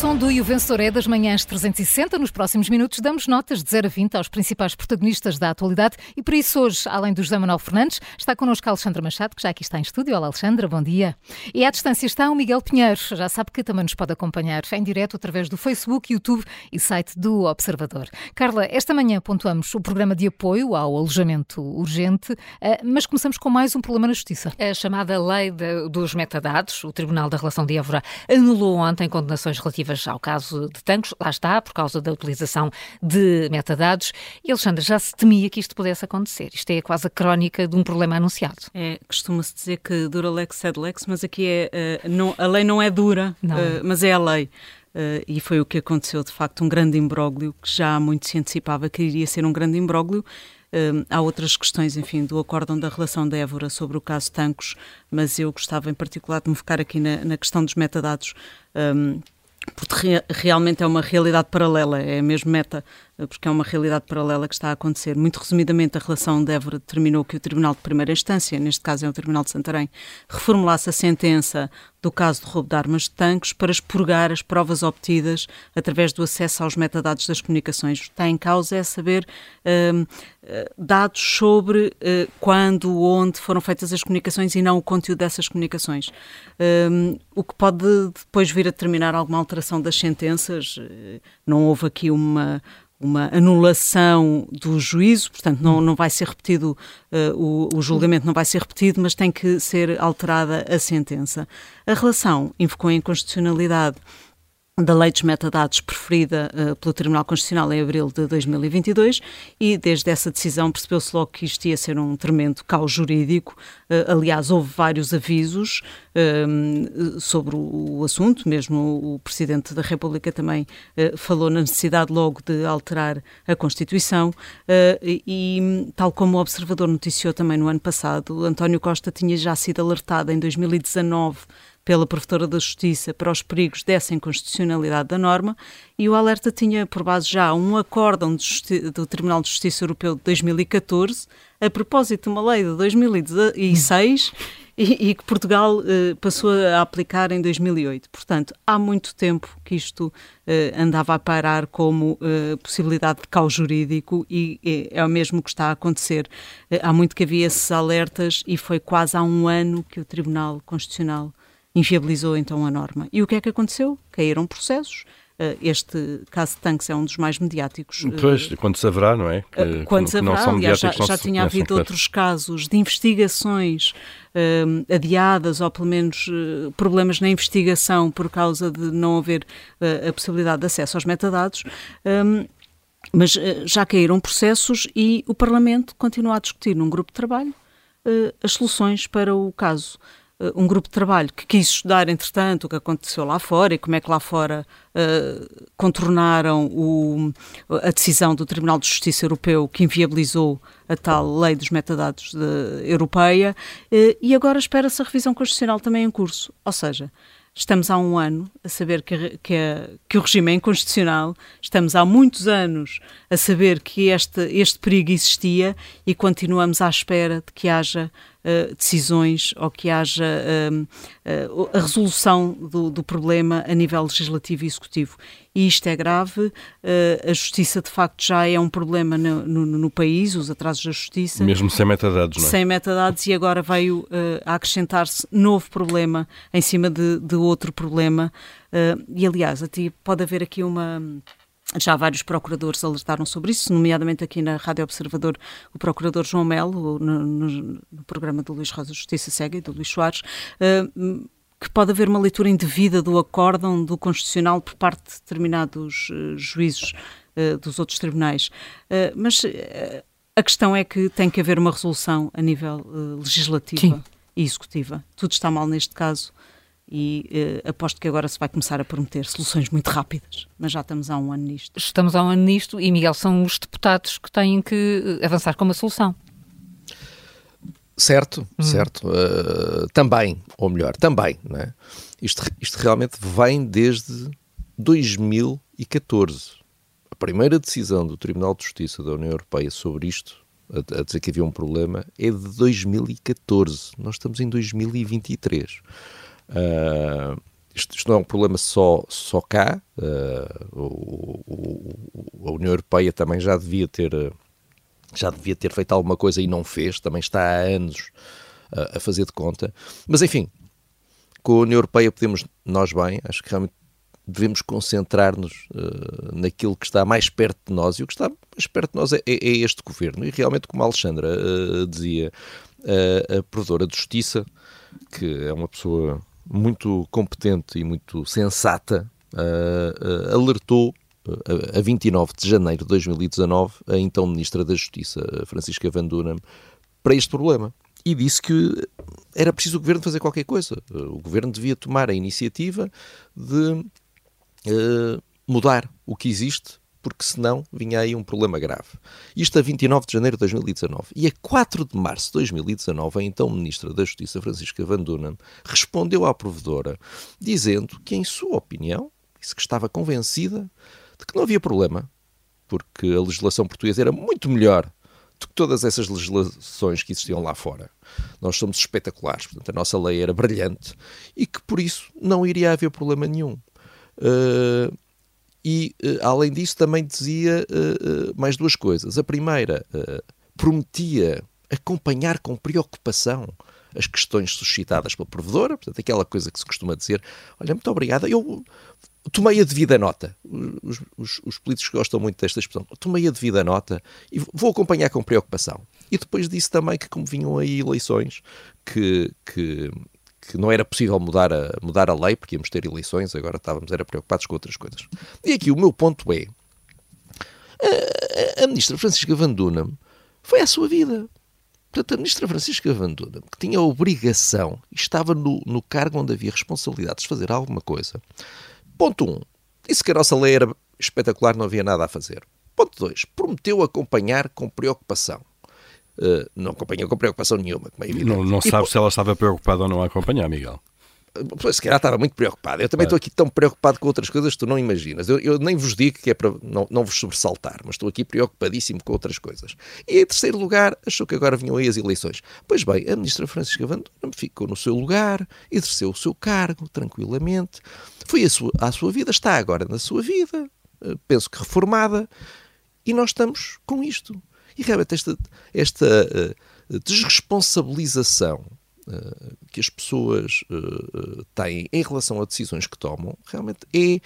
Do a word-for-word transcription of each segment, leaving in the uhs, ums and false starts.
som do E o Vencedor é das manhãs trezentos e sessenta. Nos próximos minutos damos notas de zero a vinte aos principais protagonistas da atualidade e por isso hoje, além do José Manuel Fernandes, está connosco a Alexandra Machado, que já aqui está em estúdio. Olá, Alexandra, bom dia. E à distância está o Miguel Pinheiro. Já sabe que também nos pode acompanhar em direto através do Facebook, YouTube e site do Observador. Carla, esta manhã pontuamos o programa de apoio ao alojamento urgente, mas começamos com mais um problema na Justiça. A chamada lei de, dos metadados. O Tribunal da Relação de Évora anulou ontem condenações relativas ao caso de Tancos. Lá está, por causa da utilização de metadados. E, Alexandra, já se temia que isto pudesse acontecer. Isto é quase a crónica de um problema anunciado. É, costuma-se dizer que dura lex sed lex, mas aqui é, uh, não, a lei não é dura, uh, mas é a lei. Uh, e foi o que aconteceu, de facto, um grande imbróglio, que já há muito se antecipava que iria ser um grande imbróglio. Uh, há outras questões, enfim, do acórdão da relação de Évora sobre o caso Tancos, mas eu gostava em particular de me focar aqui na, na questão dos metadados, um, porque re, realmente é uma realidade paralela, é mesmo meta, porque é uma realidade paralela que está a acontecer. Muito resumidamente, a relação de Évora determinou que o Tribunal de Primeira Instância, neste caso é o Tribunal de Santarém, reformulasse a sentença do caso de roubo de armas de Tancos para expurgar as provas obtidas através do acesso aos metadados das comunicações. O que está em causa é saber um, dados sobre uh, quando, onde foram feitas as comunicações e não o conteúdo dessas comunicações. Um, o que pode depois vir a determinar alguma alteração das sentenças. Não houve aqui uma... uma anulação do juízo, portanto não, não vai ser repetido, uh, o, o julgamento não vai ser repetido, mas tem que ser alterada a sentença. A relação invocou a inconstitucionalidade da lei dos metadados preferida uh, pelo Tribunal Constitucional em abril de dois mil e vinte e dois e desde essa decisão percebeu-se logo que isto ia ser um tremendo caos jurídico. Uh, aliás, houve vários avisos uh, sobre o, o assunto, mesmo o Presidente da República também uh, falou na necessidade logo de alterar a Constituição uh, e, e tal como o Observador noticiou também no ano passado, António Costa tinha já sido alertado em dois mil e dezanove pela Provedora da Justiça para os perigos dessa inconstitucionalidade da norma e o alerta tinha por base já um acórdão do Tribunal de Justiça Europeu de dois mil e catorze a propósito de uma lei de dois mil e seis e, e que Portugal eh, passou a aplicar em dois mil e oito. Portanto, há muito tempo que isto eh, andava a parar como eh, possibilidade de caos jurídico e é, é o mesmo que está a acontecer. Eh, há muito que havia esses alertas e foi quase há um ano que o Tribunal Constitucional inviabilizou então a norma. E o que é que aconteceu? Caíram processos. Uh, este caso de Tancos é um dos mais mediáticos. Pois, uh, quando se haverá, não é? Que, quando se haverá, aliás, já, já tinha havido outros casos de investigações uh, adiadas ou pelo menos uh, problemas na investigação por causa de não haver uh, a possibilidade de acesso aos metadados. Um, mas uh, já caíram processos e o Parlamento continua a discutir num grupo de trabalho uh, as soluções para o caso. Um grupo de trabalho que quis estudar, entretanto, o que aconteceu lá fora e como é que lá fora uh, contornaram o, a decisão do Tribunal de Justiça Europeu que inviabilizou a tal lei dos metadados de, europeia uh, e agora espera-se a revisão constitucional também em curso. Ou seja, estamos há um ano a saber que, que, a, que o regime é inconstitucional, estamos há muitos anos a saber que este, este perigo existia e continuamos à espera de que haja Uh, decisões ou que haja uh, uh, a resolução do, do problema a nível legislativo e executivo. E isto é grave, uh, a justiça de facto já é um problema no, no, no país, os atrasos da justiça. Mesmo sem metadados, não é? Sem metadados e agora veio uh, a acrescentar-se novo problema em cima de, de outro problema. Uh, e aliás, até pode haver aqui uma... Já vários procuradores alertaram sobre isso, nomeadamente aqui na Rádio Observador, o procurador João Melo, no, no, no programa do Luís Rosa Justiça Cega e do Luís Soares, uh, que pode haver uma leitura indevida do acórdão do Constitucional por parte de determinados uh, juízes uh, dos outros tribunais. Uh, mas uh, a questão é que tem que haver uma resolução a nível uh, legislativa Sim. e executiva. Tudo está mal neste caso. E uh, aposto que agora se vai começar a prometer soluções muito rápidas, mas já estamos há um ano nisto. Estamos há um ano nisto e, Miguel, são os deputados que têm que avançar com uma solução. Certo, hum. certo. Uh, também, ou melhor, também, não é? Isto, isto realmente vem desde dois mil e catorze. A primeira decisão do Tribunal de Justiça da União Europeia sobre isto, a, a dizer que havia um problema, é de dois mil e catorze. Nós estamos em dois mil e vinte e três. Uh, isto, isto não é um problema só, só cá, uh, o, o, a União Europeia também já devia ter, já devia ter feito alguma coisa e não fez, também está há anos uh, a fazer de conta, mas enfim, com a União Europeia podemos nós bem, acho que realmente devemos concentrar-nos uh, naquilo que está mais perto de nós, e o que está mais perto de nós é, é, é este governo, e realmente, como a Alexandra uh, dizia, uh, a Provedora de Justiça, que é uma pessoa muito competente e muito sensata, uh, uh, alertou uh, a vinte e nove de janeiro de dois mil e dezanove a então Ministra da Justiça, Francisca Van Doornen, para este problema. E disse que era preciso o Governo fazer qualquer coisa. O Governo devia tomar a iniciativa de Uh, mudar o que existe, porque senão vinha aí um problema grave. Isto a vinte e nove de janeiro de dois mil e dezanove. E a quatro de março de dois mil e dezanove, a então Ministra da Justiça, Francisca Van Doornen, respondeu à Provedora dizendo que, em sua opinião, disse que estava convencida de que não havia problema, porque a legislação portuguesa era muito melhor do que todas essas legislações que existiam lá fora. Nós somos espetaculares, portanto a nossa lei era brilhante e que, por isso, não iria haver problema nenhum. Uh, e uh, além disso também dizia uh, uh, mais duas coisas. A primeira, uh, prometia acompanhar com preocupação as questões suscitadas pela Provedora, portanto aquela coisa que se costuma dizer, olha, muito obrigada, eu tomei a devida nota, os, os, os políticos gostam muito desta expressão, tomei a devida nota e vou acompanhar com preocupação. E depois disse também que, como vinham aí eleições, que... que que não era possível mudar a, mudar a lei, porque íamos ter eleições, agora estávamos era preocupados com outras coisas. E aqui o meu ponto é, a, a Ministra Francisca Van Doornen foi à sua vida. Portanto, a Ministra Francisca Van Doornen, que tinha a obrigação, e estava no, no cargo onde havia responsabilidades de fazer alguma coisa. Ponto um, disse que a nossa lei era espetacular, não havia nada a fazer. Ponto dois, prometeu acompanhar com preocupação. Uh, não acompanhou com preocupação nenhuma, como é evidente. Não, não sabe e, se ela estava preocupada ou não a acompanhar, Miguel. Pois, se calhar estava muito preocupada. Eu também é. estou aqui tão preocupado com outras coisas que tu não imaginas. Eu, eu nem vos digo que é para não, não vos sobressaltar, mas estou aqui preocupadíssimo com outras coisas. E em terceiro lugar, achou que agora vinham aí as eleições. Pois bem, a Ministra Francisca Van Doornen ficou no seu lugar, exerceu o seu cargo tranquilamente, foi a sua, à sua vida, está agora na sua vida, penso que reformada, e nós estamos com isto. E realmente esta, esta uh, desresponsabilização uh, que as pessoas uh, têm em relação a decisões que tomam, realmente é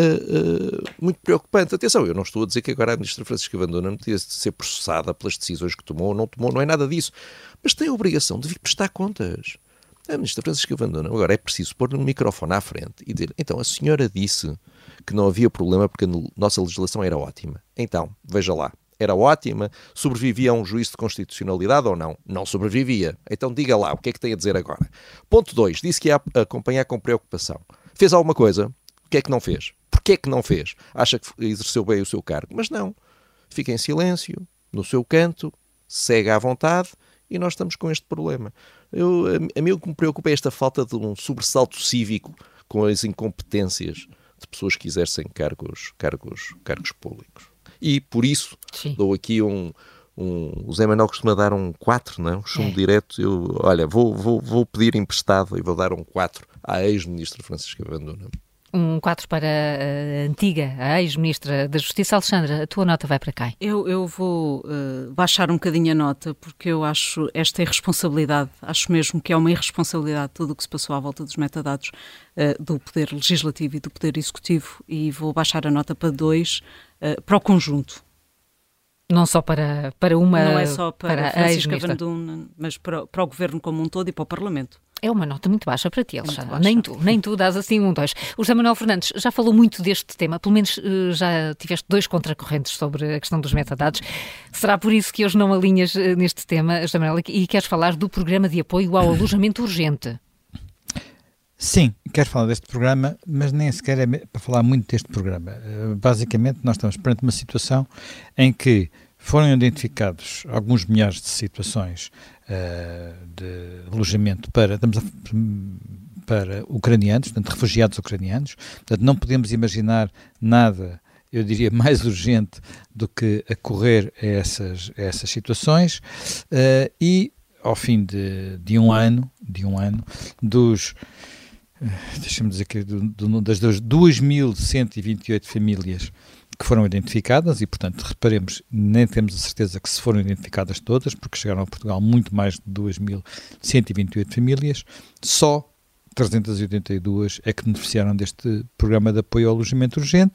uh, uh, muito preocupante. Atenção, eu não estou a dizer que agora a Ministra Francisca Van Doornen devia ser processada pelas decisões que tomou ou não tomou, não é nada disso. Mas tem a obrigação de vir prestar contas. A Ministra Francisca Van Doornen agora é preciso pôr um microfone à frente e dizer, então a senhora disse que não havia problema porque a nossa legislação era ótima. Então, veja lá. Era ótima, sobrevivia a um juízo de constitucionalidade ou não? Não sobrevivia. Então diga lá, o que é que tem a dizer agora? Ponto dois, disse que ia acompanhar com preocupação. Fez alguma coisa? O que é que não fez? Porquê é que não fez? Acha que exerceu bem o seu cargo? Mas não. Fica em silêncio, no seu canto, segue à vontade e nós estamos com este problema. Eu, a, a mim o que me preocupa é esta falta de um sobressalto cívico com as incompetências de pessoas que exercem cargos, cargos, cargos públicos. E, por isso, Sim. dou aqui um, um... O Zé Manuel costuma dar um quatro, não é? Um chumbo é. direto. Eu, olha, vou, vou, vou pedir emprestado e vou dar um quatro à ex-ministra Francisca Van Doornen. Um quatro para a antiga, a ex-ministra da Justiça. Alexandra, a tua nota vai para quem? Eu, eu vou uh, baixar um bocadinho a nota, porque eu acho esta irresponsabilidade, acho mesmo que é uma irresponsabilidade tudo o que se passou à volta dos metadados uh, do Poder Legislativo e do Poder Executivo, e vou baixar a nota para dois, uh, para o conjunto. Não só para, para uma... Não é só para, para Francisca Van Doornen, mas para, para o Governo como um todo e para o Parlamento. É uma nota muito baixa para ti, Alexandre. Nem tu, nem tu dás assim um dois. O José Manuel Fernandes já falou muito deste tema, pelo menos já tiveste dois contracorrentes sobre a questão dos metadados. Será por isso que hoje não alinhas neste tema, José Manuel, e queres falar do programa de apoio ao alojamento urgente? Sim, quero falar deste programa, mas nem sequer é para falar muito deste programa. Basicamente, nós estamos perante uma situação em que foram identificados alguns milhares de situações uh, de alojamento para, estamos a, para ucranianos, portanto, refugiados ucranianos. Portanto, não podemos imaginar nada, eu diria, mais urgente do que acorrer a essas, a essas situações. Uh, e, ao fim de, de um ano, de um ano, dos deixa-me dizer que do, do, das duas mil cento e vinte e oito famílias que foram identificadas, e portanto, reparemos, nem temos a certeza que se foram identificadas todas, porque chegaram a Portugal muito mais de duas mil cento e vinte e oito famílias, só trezentas e oitenta e duas é que beneficiaram deste programa de apoio ao alojamento urgente,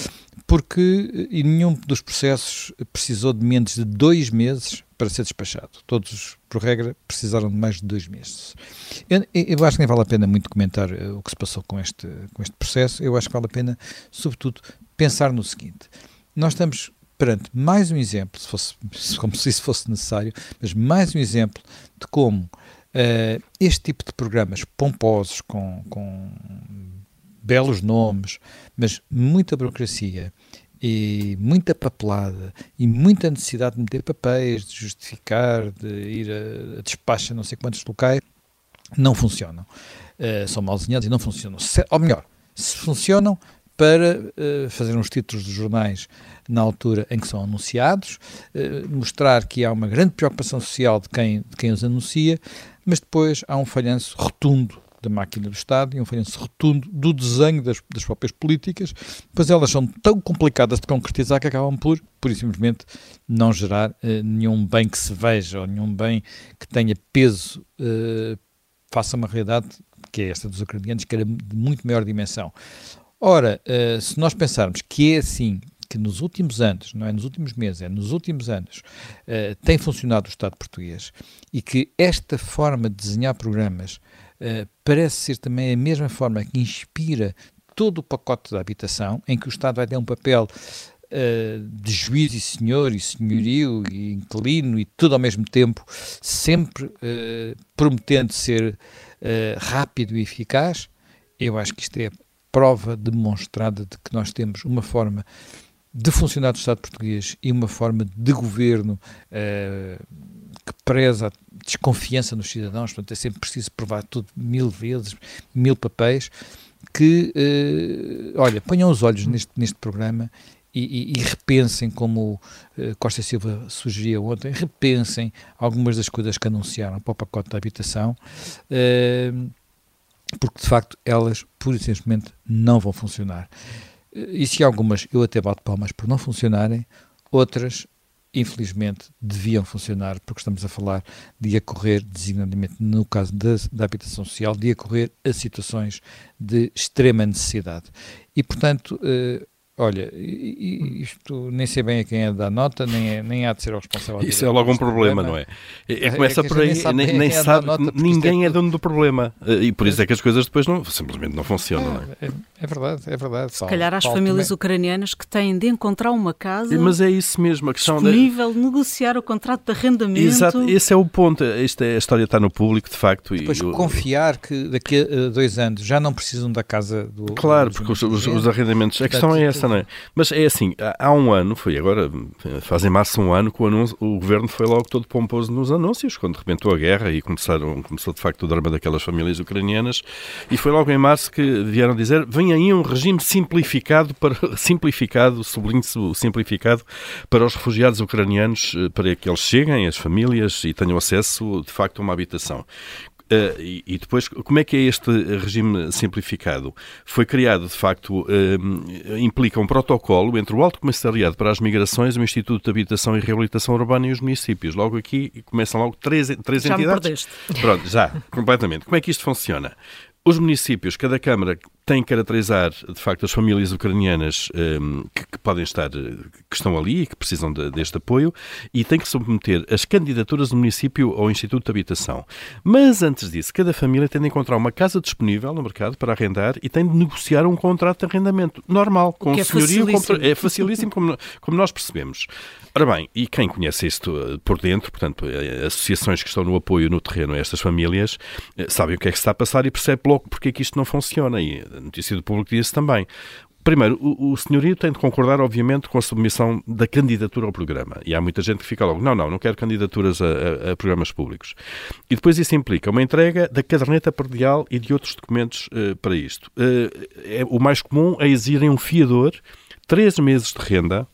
porque e nenhum dos processos precisou de menos de dois meses para ser despachado. Todos, por regra, precisaram de mais de dois meses. Eu, eu acho que nem vale a pena muito comentar o que se passou com este, com este processo. Eu acho que vale a pena, sobretudo, pensar no seguinte. Nós estamos perante mais um exemplo, se fosse, como se isso fosse necessário, mas mais um exemplo de como uh, este tipo de programas pomposos, com, com belos nomes, mas muita burocracia e muita papelada e muita necessidade de meter papéis, de justificar, de ir a, a despacho a não sei quantos locais, não funcionam. Uh, são mal desenhados e não funcionam. Se, ou melhor, se funcionam para uh, fazer uns títulos de jornais na altura em que são anunciados, uh, mostrar que há uma grande preocupação social de quem, de quem os anuncia, mas depois há um falhanço rotundo da máquina do Estado e um falhanço rotundo do desenho das, das próprias políticas, pois elas são tão complicadas de concretizar que acabam por, por simplesmente, não gerar uh, nenhum bem que se veja ou nenhum bem que tenha peso uh, face a uma realidade que é esta dos ucranianos, que era de muito maior dimensão. Ora, uh, se nós pensarmos que é assim, que nos últimos anos, não é nos últimos meses, é nos últimos anos, uh, tem funcionado o Estado português e que esta forma de desenhar programas uh, parece ser também a mesma forma que inspira todo o pacote da habitação, em que o Estado vai ter um papel uh, de juiz e senhor e senhorio e inquilino e tudo ao mesmo tempo, sempre uh, prometendo ser uh, rápido e eficaz. Eu acho que isto é prova demonstrada de que nós temos uma forma de funcionar do Estado português e uma forma de governo uh, que preza a desconfiança nos cidadãos, portanto é sempre preciso provar tudo mil vezes, mil papéis, que, uh, olha, ponham os olhos neste, neste programa e, e, e repensem, como uh, Costa Silva sugeria ontem, repensem algumas das coisas que anunciaram para o pacote da habitação, uh, porque de facto elas, pura e simplesmente, não vão funcionar. E se algumas eu até bato palmas por não funcionarem, outras, infelizmente, deviam funcionar, porque estamos a falar de acorrer, designadamente no caso da, da habitação social, de acorrer a situações de extrema necessidade. E, portanto, uh, olha, isto nem sei bem a quem é de dar nota, nem, é, nem há de ser o responsável. Isso é logo um problema, não é? É, é começa é por aí, nem sabe, nem, nem sabe nota, ninguém é, é dono do problema. E por isso é que as coisas depois não, simplesmente não funcionam, não é? É, é verdade, é verdade. Se Paulo, calhar há as famílias também ucranianas que têm de encontrar uma casa, mas é isso mesmo, a questão disponível, de negociar o contrato de arrendamento. Exato, esse é o ponto. Esta, a história está no público, de facto. Depois e eu, confiar que daqui a dois anos já não precisam da casa do... Claro, do porque os, os, os arrendamentos... A questão é essa, não é? Mas é assim, há um ano, foi agora, fazem março um ano, que o, anúncio, o governo foi logo todo pomposo nos anúncios, quando rebentou a guerra e começaram, começou de facto o drama daquelas famílias ucranianas, e foi logo em março que vieram dizer, vem aí um regime simplificado, para, simplificado, sublinhe-se o simplificado, para os refugiados ucranianos, para que eles cheguem, as famílias, e tenham acesso, de facto, a uma habitação. Uh, e, e depois, como é que é este regime simplificado? Foi criado, de facto, uh, implica um protocolo entre o Alto Comissariado para as Migrações, o Instituto de Habitação e Reabilitação Urbana e os municípios. Logo aqui começam logo três, três já entidades. Já me perdeste. Pronto, já, completamente. Como é que isto funciona? Os municípios, cada Câmara tem que caracterizar, de facto, as famílias ucranianas um, que, que podem estar, que estão ali e que precisam de, deste apoio, e tem que submeter as candidaturas do município ao Instituto de Habitação. Mas, antes disso, cada família tem de encontrar uma casa disponível no mercado para arrendar e tem de negociar um contrato de arrendamento normal, com o senhorio. Facilíssimo. É facilíssimo, como, como nós percebemos. Ora bem, e quem conhece isto por dentro, portanto, associações que estão no apoio no terreno a estas famílias, sabem o que é que se está a passar e percebe logo porque é que isto não funciona. E a notícia do público diz também. Primeiro, o, o senhorio tem de concordar, obviamente, com a submissão da candidatura ao programa. E há muita gente que fica logo, não, não, não quero candidaturas a, a, a programas públicos. E depois isso implica uma entrega da caderneta predial e de outros documentos uh, para isto. Uh, é, o mais comum é exigirem um fiador, três meses de renda,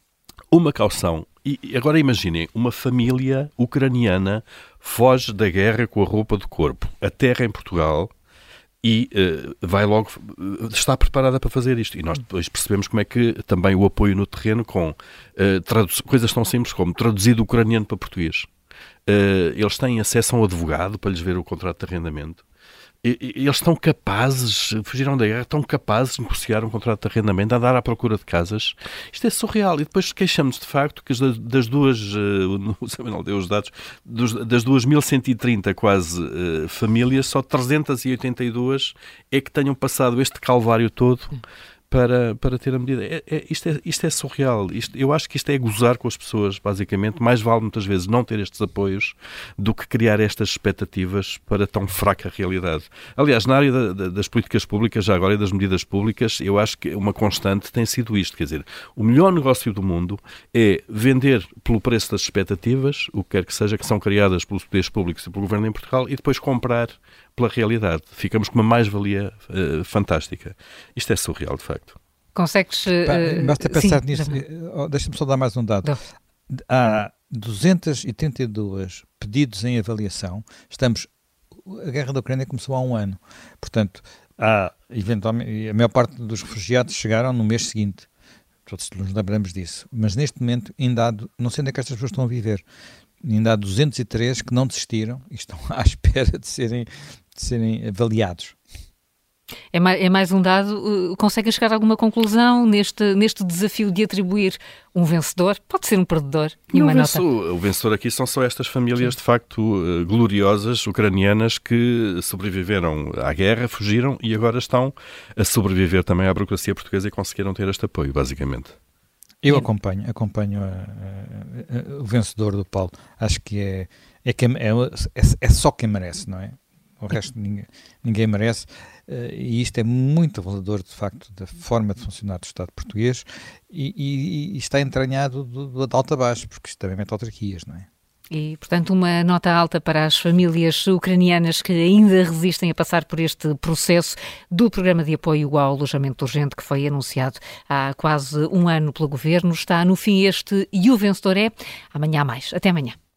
uma caução. E agora imaginem, uma família ucraniana foge da guerra com a roupa do corpo, aterra em Portugal, e uh, vai logo, uh, está preparada para fazer isto. E nós depois percebemos como é que também o apoio no terreno com uh, coisas tão simples como traduzir do ucraniano para português. Uh, eles têm acesso a um advogado para lhes ver o contrato de arrendamento. Eles estão capazes, fugiram da guerra, estão capazes de negociar um contrato de arrendamento, a andar à procura de casas. Isto é surreal. E depois queixamos de facto que das duas, o Samuel deu os dados, das duas mil cento e trinta quase famílias, só trezentas e oitenta e duas é que tenham passado este calvário todo para, para ter a medida. É, é, isto, é, isto é surreal. Isto, eu acho que isto é gozar com as pessoas, basicamente. Mais vale muitas vezes não ter estes apoios do que criar estas expectativas para tão fraca realidade. Aliás, na área da, da, das políticas públicas, já agora, e das medidas públicas, eu acho que uma constante tem sido isto. Quer dizer, o melhor negócio do mundo é vender pelo preço das expectativas, o que quer que seja, que são criadas pelos poderes públicos e pelo governo em Portugal, e depois comprar pela realidade. Ficamos com uma mais-valia uh, fantástica. Isto é surreal, de facto. Consegues... Uh, Pá, basta pensar sim, nisso. Oh, deixa-me só dar mais um dado. Não. Há duzentos e trinta e dois pedidos em avaliação. Estamos... A guerra da Ucrânia começou há um ano. Portanto, há, eventualmente, a maior parte dos refugiados chegaram no mês seguinte. Todos nos lembramos disso. Mas neste momento, ainda há... Não sei onde é que estas pessoas estão a viver. Ainda há duzentos e três que não desistiram e estão à espera de serem, de serem avaliados. É mais, é mais um dado. Uh, consegue chegar a alguma conclusão neste, neste desafio de atribuir um vencedor? Pode ser um perdedor. E não, uma venço, nota. O vencedor aqui são só estas famílias, Sim. de facto, uh, gloriosas, ucranianas, que sobreviveram à guerra, fugiram e agora estão a sobreviver também à burocracia portuguesa e conseguiram ter este apoio, basicamente. Eu acompanho, acompanho a, a, a, o vencedor do Paulo. Acho que é, é, que é, é, é só quem merece, não é? O resto ninguém, ninguém merece. Uh, e isto é muito revelador, de facto, da forma de funcionar do Estado português e, e, e está entranhado do, do, de alto a baixo, porque isto também mete autarquias, não é? E, portanto, uma nota alta para as famílias ucranianas que ainda resistem a passar por este processo do programa de apoio ao alojamento urgente que foi anunciado há quase um ano pelo Governo. Está no fim este e o vencedor é amanhã há mais. Até amanhã.